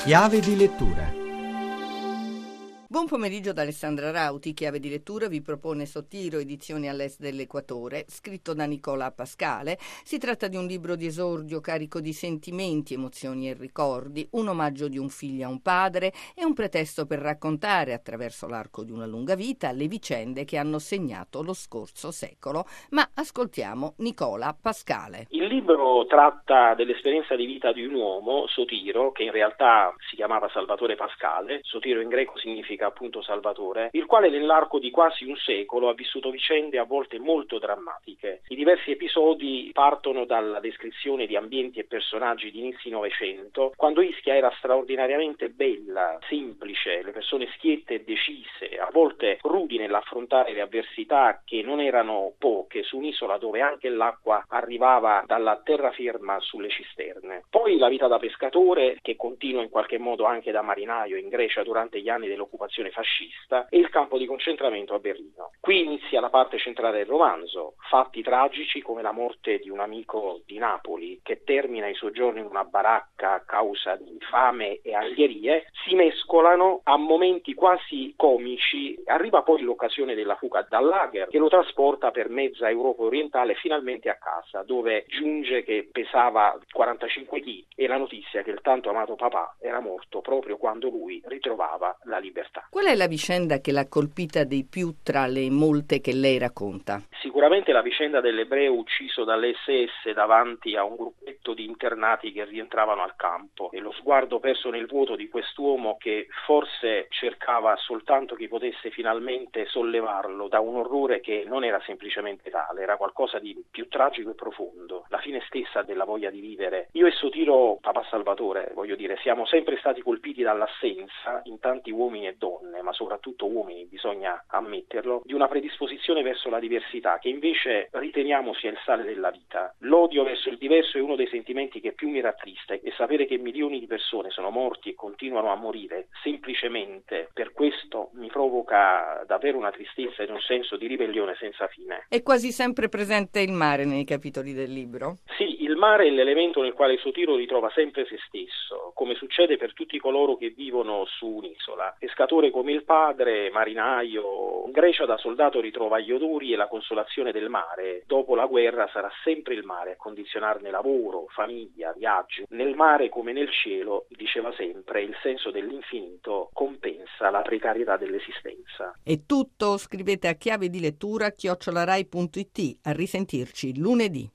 Chiave di lettura. Buon pomeriggio da Alessandra Rauti. Chiave di lettura vi propone Sottiro, edizioni all'est dell'Equatore, scritto da Nicola Pascale. Si tratta di un libro di esordio carico di sentimenti, emozioni e ricordi, un omaggio di un figlio a un padre e un pretesto per raccontare, attraverso l'arco di una lunga vita, le vicende che hanno segnato lo scorso secolo. Ma ascoltiamo Nicola Pascale. Il libro tratta dell'esperienza di vita di un uomo, Sotiro, che in realtà si chiamava Salvatore Pascale. Sotiro in greco significa appunto Salvatore, il quale nell'arco di quasi un secolo ha vissuto vicende a volte molto drammatiche. I diversi episodi partono dalla descrizione di ambienti e personaggi di inizi Novecento, quando Ischia era straordinariamente bella, semplice, le persone schiette e decise, a volte rudi nell'affrontare le avversità che non erano poche, su un'isola dove anche l'acqua arrivava dalla terraferma sulle cisterne. Poi la vita da pescatore, che continua in qualche modo anche da marinaio in Grecia durante gli anni dell'occupazione fascista, e il campo di concentramento a Berlino. Qui inizia la parte centrale del romanzo, fatti tragici come la morte di un amico di Napoli che termina i suoi giorni in una baracca a causa di fame e angherie, si mescolano a momenti quasi comici. Arriva poi l'occasione della fuga dal lager che lo trasporta per mezza Europa orientale finalmente a casa, dove giunge che pesava 45 kg e la notizia che il tanto amato papà era morto proprio quando lui ritrovava la libertà. Qual è la vicenda che l'ha colpita di più tra le molte che lei racconta? Sicuramente la vicenda dell'ebreo ucciso dall'SS davanti a un gruppetto di internati che rientravano al campo, e lo sguardo perso nel vuoto di quest'uomo che forse cercava soltanto chi potesse finalmente sollevarlo da un orrore che non era semplicemente tale, era qualcosa di più tragico e profondo, la fine stessa della voglia di vivere. Io e Sotiro, papà Salvatore, voglio dire, siamo sempre stati colpiti dall'assenza in tanti uomini e donne, ma soprattutto uomini, bisogna ammetterlo, di una predisposizione verso la diversità che invece riteniamo sia il sale della vita. L'odio verso il diverso è uno dei sentimenti che più mi rattrista, e sapere che milioni di persone sono morti e continuano a morire semplicemente per questo mi provoca davvero una tristezza ed un senso di ribellione senza fine. È quasi sempre presente il mare nei capitoli del libro? Sì, il mare è l'elemento nel quale Sotiro ritrova sempre se stesso, come succede per tutti coloro che vivono su un'isola. Pescatore come il padre, marinaio, in Grecia da soldato ritrova gli odori e la consolazione del mare. Dopo la guerra sarà sempre il mare a condizionarne lavoro, famiglia, viaggi. Nel mare come nel cielo, diceva sempre, il senso dell'infinito compensa la precarietà dell'esistenza. È tutto, scrivete a chiave di lettura @rai.it. A risentirci lunedì.